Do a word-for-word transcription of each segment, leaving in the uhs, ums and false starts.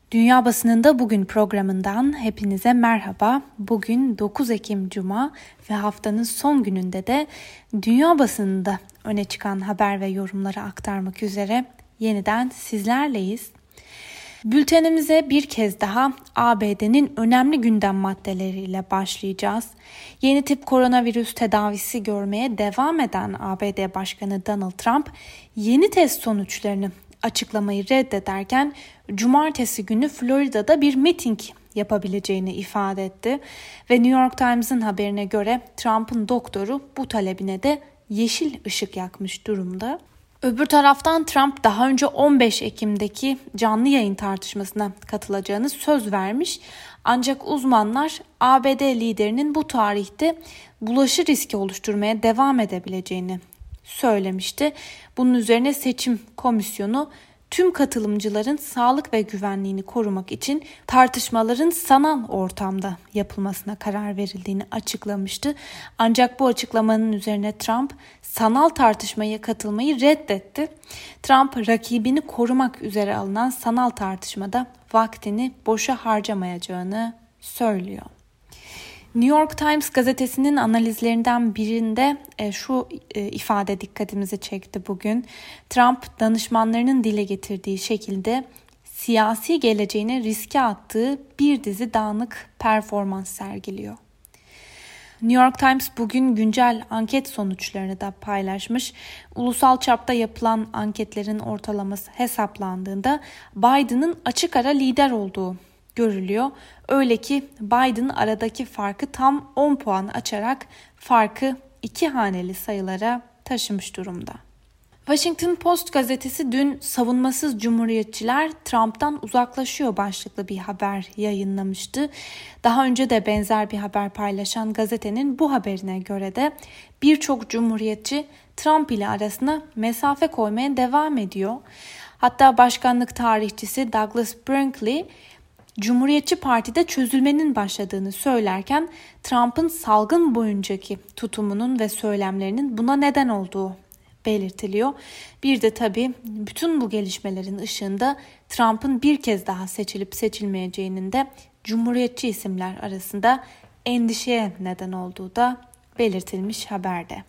Dünya Basınında Bugün programından hepinize merhaba. Bugün dokuz Ekim Cuma ve haftanın son gününde de dünya basınında öne çıkan haber ve yorumları aktarmak üzere yeniden sizlerleyiz. Bültenimize bir kez daha A B D'nin önemli gündem maddeleriyle başlayacağız. Yeni tip koronavirüs tedavisi görmeye devam eden A B D Başkanı Donald Trump yeni test sonuçlarını açıklamayı reddederken cumartesi günü Florida'da bir miting yapabileceğini ifade etti ve New York Times'ın haberine göre Trump'ın doktoru bu talebine de yeşil ışık yakmış durumda. Öbür taraftan Trump daha önce on beş Ekim'deki canlı yayın tartışmasına katılacağını söz vermiş. Ancak uzmanlar A B D liderinin bu tarihte bulaşı riski oluşturmaya devam edebileceğini söylemişti. Bunun üzerine seçim komisyonu tüm katılımcıların sağlık ve güvenliğini korumak için tartışmaların sanal ortamda yapılmasına karar verildiğini açıklamıştı. Ancak bu açıklamanın üzerine Trump sanal tartışmaya katılmayı reddetti. Trump rakibini korumak üzere alınan sanal tartışmada vaktini boşa harcamayacağını söylüyor. New York Times gazetesinin analizlerinden birinde e, şu e, ifade dikkatimizi çekti bugün. Trump danışmanlarının dile getirdiği şekilde siyasi geleceğine riske attığı bir dizi dağınık performans sergiliyor. New York Times bugün güncel anket sonuçlarını da paylaşmış. Ulusal çapta yapılan anketlerin ortalaması hesaplandığında Biden'ın açık ara lider olduğu görülüyor. Öyle ki Biden aradaki farkı tam on puan açarak farkı iki haneli sayılara taşımış durumda. Washington Post gazetesi dün savunmasız cumhuriyetçiler Trump'tan uzaklaşıyor başlıklı bir haber yayınlamıştı. Daha önce de benzer bir haber paylaşan gazetenin bu haberine göre de birçok cumhuriyetçi Trump ile arasına mesafe koymaya devam ediyor. Hatta başkanlık tarihçisi Douglas Brinkley Cumhuriyetçi Parti'de çözülmenin başladığını söylerken Trump'ın salgın boyuncaki tutumunun ve söylemlerinin buna neden olduğu belirtiliyor. Bir de tabii bütün bu gelişmelerin ışığında Trump'ın bir kez daha seçilip seçilmeyeceğinin de Cumhuriyetçi isimler arasında endişeye neden olduğu da belirtilmiş haberde.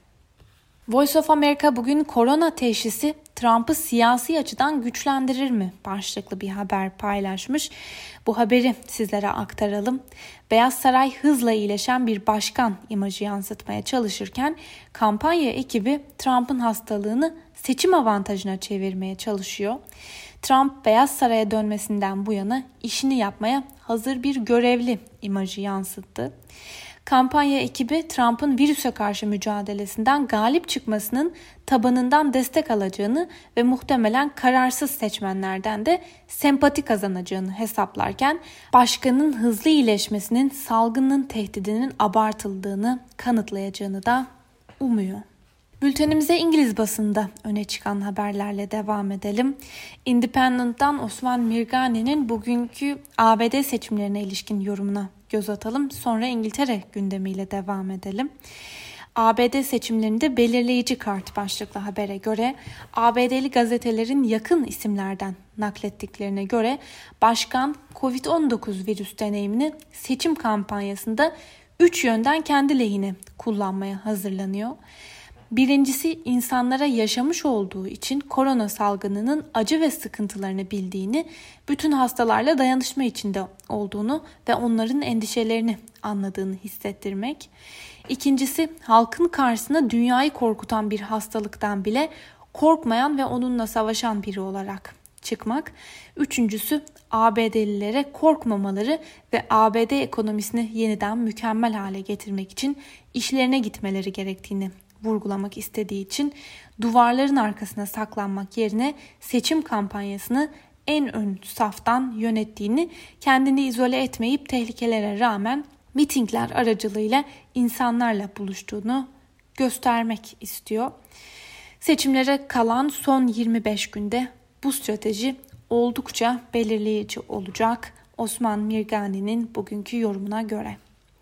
Voice of America bugün korona teşhisi Trump'ı siyasi açıdan güçlendirir mi başlıklı bir haber paylaşmış. Bu haberi sizlere aktaralım. Beyaz Saray hızla iyileşen bir başkan imajı yansıtmaya çalışırken kampanya ekibi Trump'ın hastalığını seçim avantajına çevirmeye çalışıyor. Trump Beyaz Saray'a dönmesinden bu yana işini yapmaya hazır bir görevli imajı yansıttı. Kampanya ekibi Trump'ın virüse karşı mücadelesinden galip çıkmasının tabanından destek alacağını ve muhtemelen kararsız seçmenlerden de sempati kazanacağını hesaplarken başkanın hızlı iyileşmesinin salgının tehdidinin abartıldığını kanıtlayacağını da umuyor. Bültenimize İngiliz basında öne çıkan haberlerle devam edelim. Independent'tan Osman Mirgani'nin bugünkü A B D seçimlerine ilişkin yorumuna göz atalım. Sonra İngiltere gündemiyle devam edelim. A B D seçimlerinde belirleyici kart başlıklı habere göre A B D'li gazetelerin yakın isimlerden naklettiklerine göre başkan kovid on dokuz virüs deneyimini seçim kampanyasında üç yönden kendi lehine kullanmaya hazırlanıyor. Birincisi insanlara yaşamış olduğu için korona salgınının acı ve sıkıntılarını bildiğini, bütün hastalarla dayanışma içinde olduğunu ve onların endişelerini anladığını hissettirmek. İkincisi halkın karşısına dünyayı korkutan bir hastalıktan bile korkmayan ve onunla savaşan biri olarak çıkmak. Üçüncüsü A B D'lilere korkmamaları ve A B D ekonomisini yeniden mükemmel hale getirmek için işlerine gitmeleri gerektiğini vurgulamak istediği için duvarların arkasına saklanmak yerine seçim kampanyasını en ön saftan yönettiğini, kendini izole etmeyip tehlikelere rağmen mitingler aracılığıyla insanlarla buluştuğunu göstermek istiyor. Seçimlere kalan son yirmi beş günde bu strateji oldukça belirleyici olacak Osman Mirgani'nin bugünkü yorumuna göre.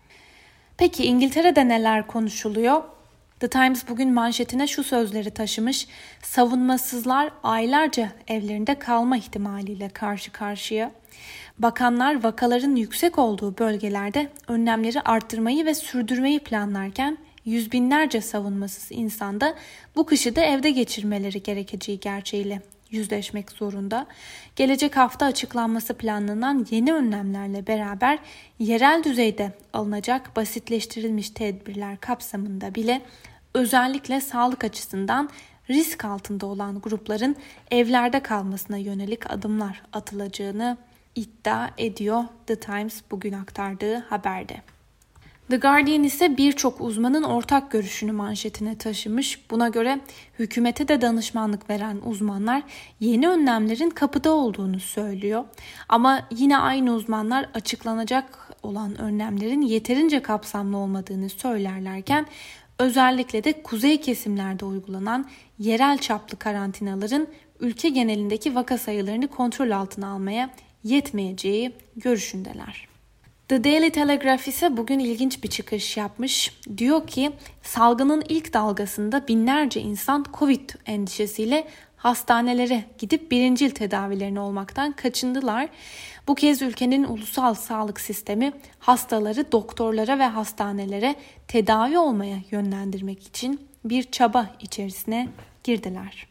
Peki İngiltere'de neler konuşuluyor? The Times bugün manşetine şu sözleri taşımış: savunmasızlar aylarca evlerinde kalma ihtimaliyle karşı karşıya. Bakanlar vakaların yüksek olduğu bölgelerde önlemleri arttırmayı ve sürdürmeyi planlarken yüz binlerce savunmasız insan da bu kışı da evde geçirmeleri gerekeceği gerçeğiyle yüzleşmek zorunda. Gelecek hafta açıklanması planlanan yeni önlemlerle beraber yerel düzeyde alınacak basitleştirilmiş tedbirler kapsamında bile özellikle sağlık açısından risk altında olan grupların evlerde kalmasına yönelik adımlar atılacağını iddia ediyor The Times bugün aktardığı haberde. The Guardian ise birçok uzmanın ortak görüşünü manşetine taşımış. Buna göre hükümete de danışmanlık veren uzmanlar yeni önlemlerin kapıda olduğunu söylüyor. Ama yine aynı uzmanlar açıklanacak olan önlemlerin yeterince kapsamlı olmadığını söylerlerken özellikle de kuzey kesimlerde uygulanan yerel çaplı karantinaların ülke genelindeki vaka sayılarını kontrol altına almaya yetmeyeceği görüşündeler. The Daily Telegraph ise bugün ilginç bir çıkış yapmış. Diyor ki salgının ilk dalgasında binlerce insan Covid endişesiyle hastanelere gidip birincil tedavilerini olmaktan kaçındılar. Bu kez ülkenin ulusal sağlık sistemi hastaları doktorlara ve hastanelere tedavi olmaya yönlendirmek için bir çaba içerisine girdiler.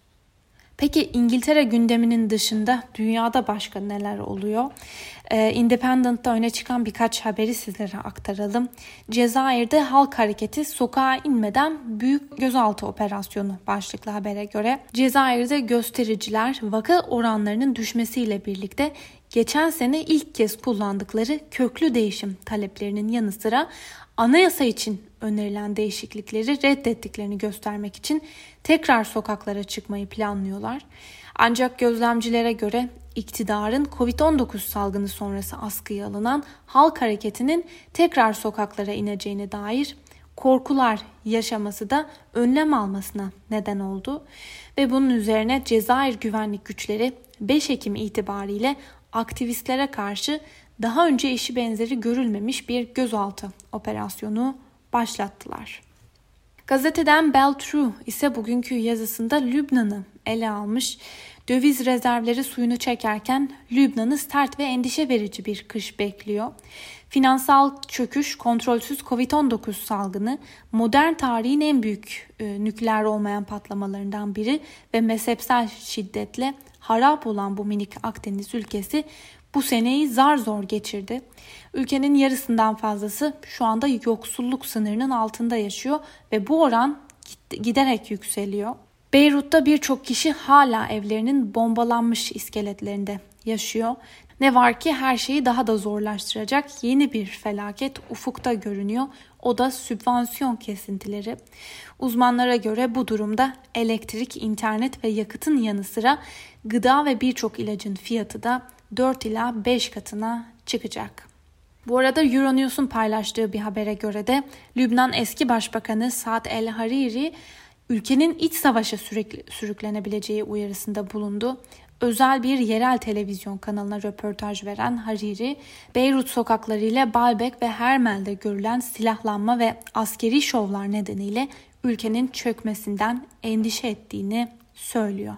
Peki İngiltere gündeminin dışında dünyada başka neler oluyor? Ee, Independent'ta öne çıkan birkaç haberi sizlere aktaralım. Cezayir'de halk hareketi sokağa inmeden büyük gözaltı operasyonu başlıklı habere göre Cezayir'de göstericiler vaka oranlarının düşmesiyle birlikte geçen sene ilk kez kullandıkları köklü değişim taleplerinin yanı sıra anayasa için önerilen değişiklikleri reddettiklerini göstermek için tekrar sokaklara çıkmayı planlıyorlar. Ancak gözlemcilere göre iktidarın kovid on dokuz salgını sonrası askıya alınan halk hareketinin tekrar sokaklara ineceğine dair korkular yaşaması da önlem almasına neden oldu. Ve bunun üzerine Cezayir güvenlik güçleri beş Ekim itibariyle aktivistlere karşı daha önce eşi benzeri görülmemiş bir gözaltı operasyonu başlattılar. Gazeteden Beltrou ise bugünkü yazısında Lübnan'ı ele almış. Döviz rezervleri suyunu çekerken Lübnan'ı sert ve endişe verici bir kış bekliyor. Finansal çöküş, kontrolsüz kovid on dokuz salgını, modern tarihin en büyük e, nükleer olmayan patlamalarından biri ve mezhepsel şiddetle harap olan bu minik Akdeniz ülkesi bu seneyi zar zor geçirdi. Ülkenin yarısından fazlası şu anda yoksulluk sınırının altında yaşıyor ve bu oran giderek yükseliyor. Beyrut'ta birçok kişi hala evlerinin bombalanmış iskeletlerinde yaşıyor. Ne var ki her şeyi daha da zorlaştıracak yeni bir felaket ufukta görünüyor. O da sübvansiyon kesintileri. Uzmanlara göre bu durumda elektrik, internet ve yakıtın yanı sıra gıda ve birçok ilacın fiyatı da dört ila beş katına çıkacak. Bu arada Euronews'un paylaştığı bir habere göre de Lübnan eski başbakanı Saad El Hariri ülkenin iç savaşa sürekli sürüklenebileceği uyarısında bulundu. Özel bir yerel televizyon kanalına röportaj veren Hariri, Beyrut sokaklarıyla Baalbek ve Hermel'de görülen silahlanma ve askeri şovlar nedeniyle ülkenin çökmesinden endişe ettiğini söylüyor.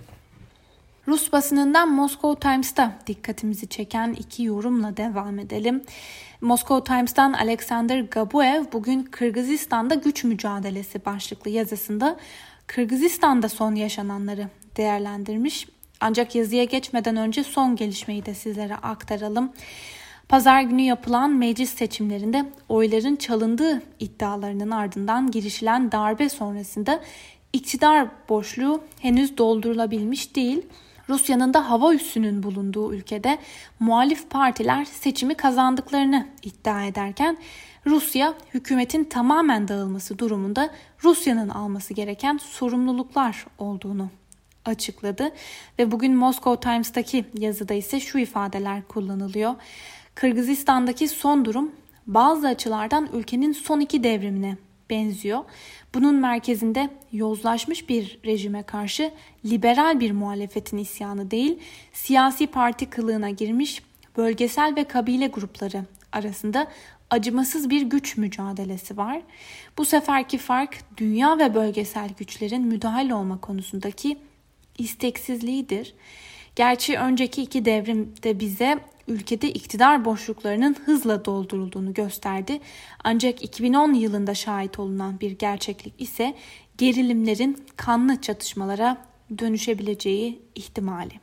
Rus basınından Moscow Times'ta dikkatimizi çeken iki yorumla devam edelim. Moscow Times'tan Alexander Gabuev bugün Kırgızistan'da güç mücadelesi başlıklı yazısında Kırgızistan'da son yaşananları değerlendirmiş. Ancak yazıya geçmeden önce son gelişmeyi de sizlere aktaralım. Pazar günü yapılan meclis seçimlerinde oyların çalındığı iddialarının ardından girişilen darbe sonrasında iktidar boşluğu henüz doldurulabilmiş değil. Rusya'nın da hava üssünün bulunduğu ülkede muhalif partiler seçimi kazandıklarını iddia ederken Rusya hükümetin tamamen dağılması durumunda Rusya'nın alması gereken sorumluluklar olduğunu açıkladı ve bugün Moscow Times'taki yazıda ise şu ifadeler kullanılıyor. Kırgızistan'daki son durum bazı açılardan ülkenin son iki devrimine benziyor. Bunun merkezinde yozlaşmış bir rejime karşı liberal bir muhalefetin isyanı değil, siyasi parti kılığına girmiş bölgesel ve kabile grupları arasında acımasız bir güç mücadelesi var. Bu seferki fark dünya ve bölgesel güçlerin müdahale olma konusundaki isteksizliğidir. Gerçi önceki iki devrim de bize ülkede iktidar boşluklarının hızla doldurulduğunu gösterdi. Ancak iki bin on yılında şahit olunan bir gerçeklik ise gerilimlerin kanlı çatışmalara dönüşebileceği ihtimali.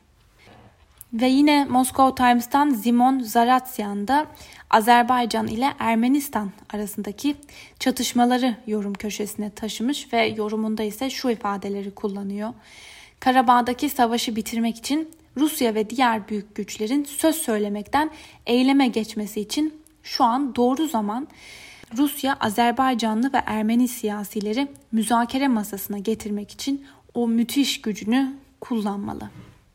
Ve yine Moscow Times'tan Zimon Zaratsyan da Azerbaycan ile Ermenistan arasındaki çatışmaları yorum köşesine taşımış ve yorumunda ise şu ifadeleri kullanıyor. Karabağ'daki savaşı bitirmek için Rusya ve diğer büyük güçlerin söz söylemekten eyleme geçmesi için şu an doğru zaman. Rusya, Azerbaycanlı ve Ermeni siyasileri müzakere masasına getirmek için o müthiş gücünü kullanmalı.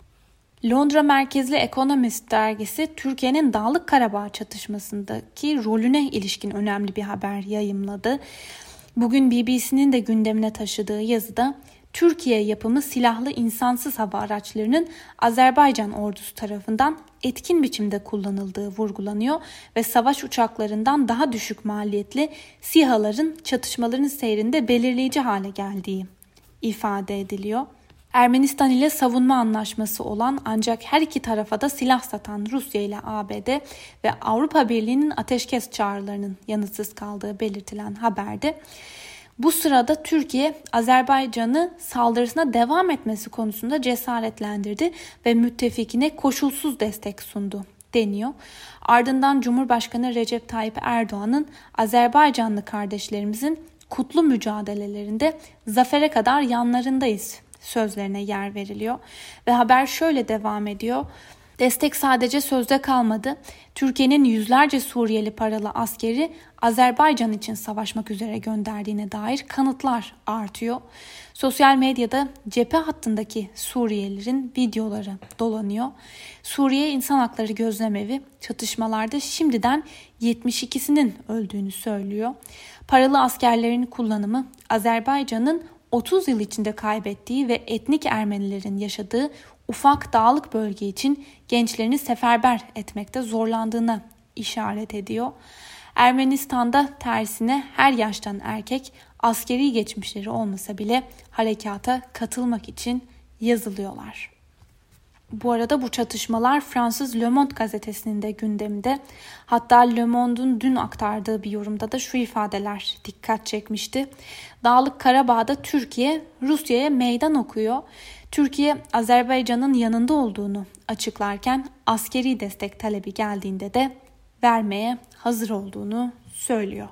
Londra merkezli Economist dergisi Türkiye'nin Dağlık Karabağ çatışmasındaki rolüne ilişkin önemli bir haber yayımladı. Bugün B B C'nin de gündemine taşıdığı yazıda Türkiye yapımı silahlı insansız hava araçlarının Azerbaycan ordusu tarafından etkin biçimde kullanıldığı vurgulanıyor ve savaş uçaklarından daha düşük maliyetli SİHA'ların çatışmaların seyrinde belirleyici hale geldiği ifade ediliyor. Ermenistan ile savunma anlaşması olan ancak her iki tarafa da silah satan Rusya ile A B D ve Avrupa Birliği'nin ateşkes çağrılarının yanıtsız kaldığı belirtilen haberde bu sırada Türkiye, Azerbaycan'ı saldırısına devam etmesi konusunda cesaretlendirdi ve müttefikine koşulsuz destek sundu deniyor. Ardından Cumhurbaşkanı Recep Tayyip Erdoğan'ın Azerbaycanlı kardeşlerimizin kutlu mücadelelerinde zafere kadar yanlarındayız sözlerine yer veriliyor. Ve haber şöyle devam ediyor. Destek sadece sözde kalmadı. Türkiye'nin yüzlerce Suriyeli paralı askeri Azerbaycan için savaşmak üzere gönderdiğine dair kanıtlar artıyor. Sosyal medyada cephe hattındaki Suriyelilerin videoları dolanıyor. Suriye İnsan Hakları Gözlemevi çatışmalarda şimdiden yetmiş ikisinin öldüğünü söylüyor. Paralı askerlerin kullanımı Azerbaycan'ın otuz yıl içinde kaybettiği ve etnik Ermenilerin yaşadığı ufak dağlık bölge için gençlerini seferber etmekte zorlandığına işaret ediyor. Ermenistan'da tersine her yaştan erkek askeri geçmişleri olmasa bile harekata katılmak için yazılıyorlar. Bu arada bu çatışmalar Fransız Le Monde gazetesinin de gündeminde. Hatta Le Monde'un dün aktardığı bir yorumda da şu ifadeler dikkat çekmişti. Dağlık Karabağ'da Türkiye Rusya'ya meydan okuyor. Türkiye Azerbaycan'ın yanında olduğunu açıklarken askeri destek talebi geldiğinde de vermeye hazır olduğunu söylüyor.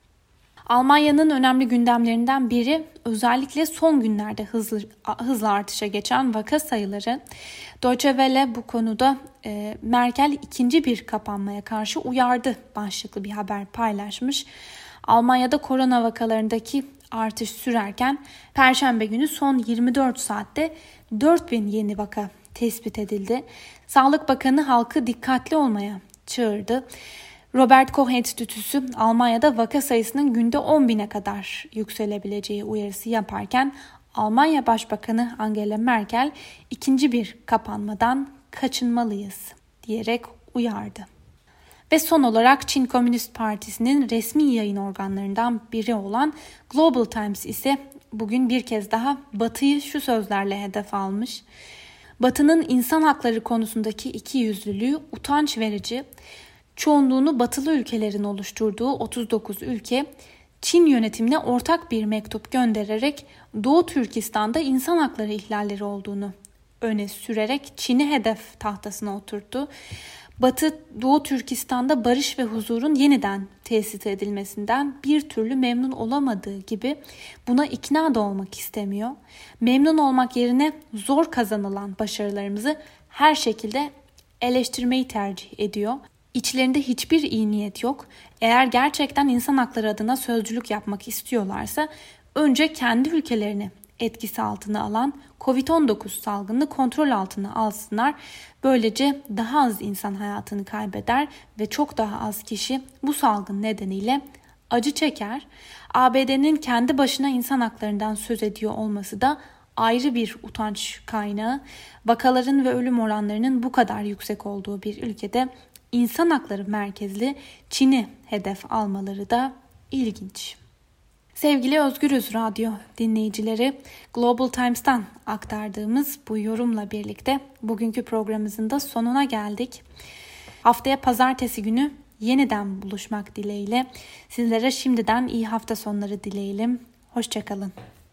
Almanya'nın önemli gündemlerinden biri özellikle son günlerde hızlı, hızla artışa geçen vaka sayıları. Deutsche Welle bu konuda e, Merkel ikinci bir kapanmaya karşı uyardı başlıklı bir haber paylaşmış. Almanya'da korona vakalarındaki artış sürerken Perşembe günü son yirmi dört saatte dört bin yeni vaka tespit edildi. Sağlık Bakanı halkı dikkatli olmaya çağırdı. Robert Koch Enstitüsü Almanya'da vaka sayısının günde on bine kadar yükselebileceği uyarısı yaparken Almanya Başbakanı Angela Merkel ikinci bir kapanmadan kaçınmalıyız diyerek uyardı. Ve son olarak Çin Komünist Partisi'nin resmi yayın organlarından biri olan Global Times ise bugün bir kez daha Batı'yı şu sözlerle hedef almış. Batı'nın insan hakları konusundaki ikiyüzlülüğü utanç verici. Çoğunluğunu batılı ülkelerin oluşturduğu otuz dokuz ülke Çin yönetimine ortak bir mektup göndererek Doğu Türkistan'da insan hakları ihlalleri olduğunu öne sürerek Çin'i hedef tahtasına oturttu. Batı Doğu Türkistan'da barış ve huzurun yeniden tesis edilmesinden bir türlü memnun olamadığı gibi buna ikna da olmak istemiyor. Memnun olmak yerine zor kazanılan başarılarımızı her şekilde eleştirmeyi tercih ediyor. İçlerinde hiçbir iyi niyet yok. Eğer gerçekten insan hakları adına sözcülük yapmak istiyorlarsa önce kendi ülkelerini etkisi altına alan kovid on dokuz salgını kontrol altına alsınlar. Böylece daha az insan hayatını kaybeder ve çok daha az kişi bu salgın nedeniyle acı çeker. A B D'nin kendi başına insan haklarından söz ediyor olması da ayrı bir utanç kaynağı. Vakaların ve ölüm oranlarının bu kadar yüksek olduğu bir ülkede İnsan hakları merkezli Çin'i hedef almaları da ilginç. Sevgili Özgürüz Radyo dinleyicileri, Global Times'tan aktardığımız bu yorumla birlikte bugünkü programımızın da sonuna geldik. Haftaya pazartesi günü yeniden buluşmak dileğiyle sizlere şimdiden iyi hafta sonları dileyelim. Hoşça kalın.